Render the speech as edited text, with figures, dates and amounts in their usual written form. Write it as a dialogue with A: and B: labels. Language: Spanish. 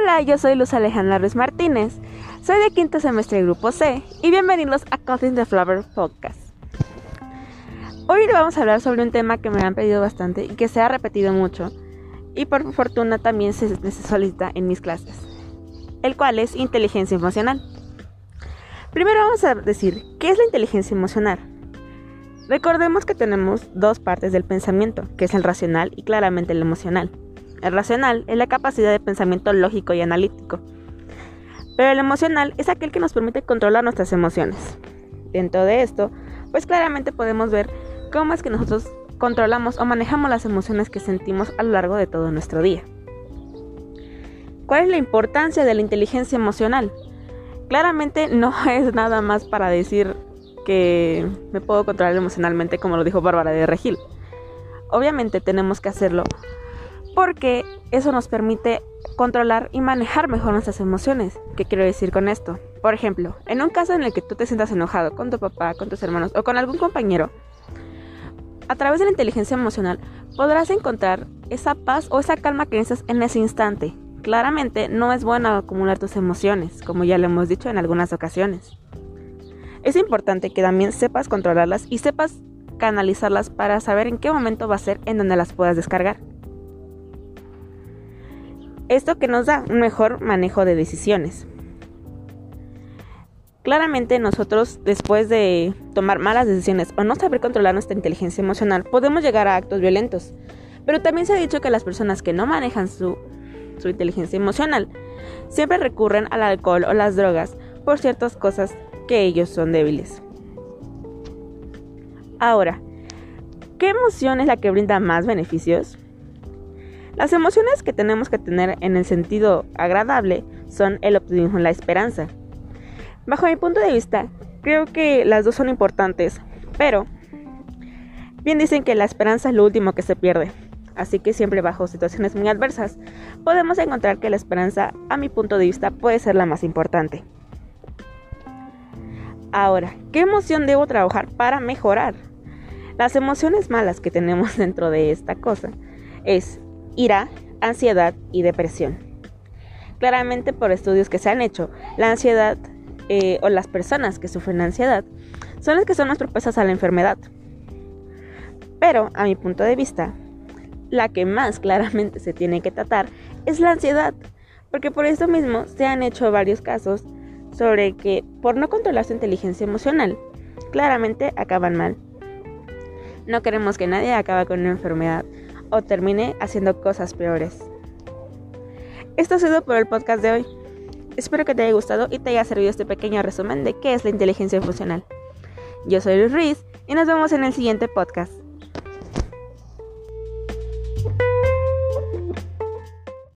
A: Hola, yo soy Luz Alejandra Ruiz Martínez, soy de quinto semestre Grupo C y bienvenidos a Cutting the Flower Podcast. Hoy vamos a hablar sobre un tema que me han pedido bastante y que se ha repetido mucho y por fortuna también se solicita en mis clases, el cual es inteligencia emocional. Primero vamos a decir, ¿qué es la inteligencia emocional? Recordemos que tenemos dos partes del pensamiento, que es el racional y claramente el emocional. El racional es la capacidad de pensamiento lógico y analítico, pero el emocional es aquel que nos permite controlar nuestras emociones. Dentro de esto, pues claramente podemos ver cómo es que nosotros controlamos o manejamos las emociones que sentimos a lo largo de todo nuestro día. ¿Cuál es la importancia de la inteligencia emocional? Claramente no es nada más para decir que me puedo controlar emocionalmente, como lo dijo Bárbara de Regil. Obviamente tenemos que hacerlo porque eso nos permite controlar y manejar mejor nuestras emociones. ¿Qué quiero decir con esto? Por ejemplo, en un caso en el que tú te sientas enojado con tu papá, con tus hermanos o con algún compañero, a través de la inteligencia emocional podrás encontrar esa paz o esa calma que necesitas en ese instante. Claramente no es bueno acumular tus emociones, como ya lo hemos dicho en algunas ocasiones. Es importante que también sepas controlarlas y sepas canalizarlas para saber en qué momento va a ser en donde las puedas descargar. Esto que nos da un mejor manejo de decisiones. Claramente nosotros, después de tomar malas decisiones o no saber controlar nuestra inteligencia emocional, podemos llegar a actos violentos. Pero también se ha dicho que las personas que no manejan su inteligencia emocional siempre recurren al alcohol o las drogas por ciertas cosas que ellos son débiles. Ahora, ¿qué emoción es la que brinda más beneficios? Las emociones que tenemos que tener en el sentido agradable son el optimismo y la esperanza. Bajo mi punto de vista, creo que las dos son importantes, pero bien dicen que la esperanza es lo último que se pierde. Así que siempre bajo situaciones muy adversas, podemos encontrar que la esperanza, a mi punto de vista, puede ser la más importante. Ahora, ¿qué emoción debo trabajar para mejorar? Las emociones malas que tenemos dentro de esta cosa es ira, ansiedad y depresión. Claramente por estudios que se han hecho, la ansiedad o las personas que sufren ansiedad son las que son más propensas a la enfermedad. Pero, a mi punto de vista, la que más claramente se tiene que tratar es la ansiedad, porque por esto mismo se han hecho varios casos sobre que por no controlar su inteligencia emocional, claramente acaban mal. No queremos que nadie acabe con una enfermedad o termine haciendo cosas peores. Esto ha sido por el podcast de hoy. Espero que te haya gustado y te haya servido este pequeño resumen de qué es la inteligencia emocional. Yo soy Luz Ruiz y nos vemos en el siguiente podcast.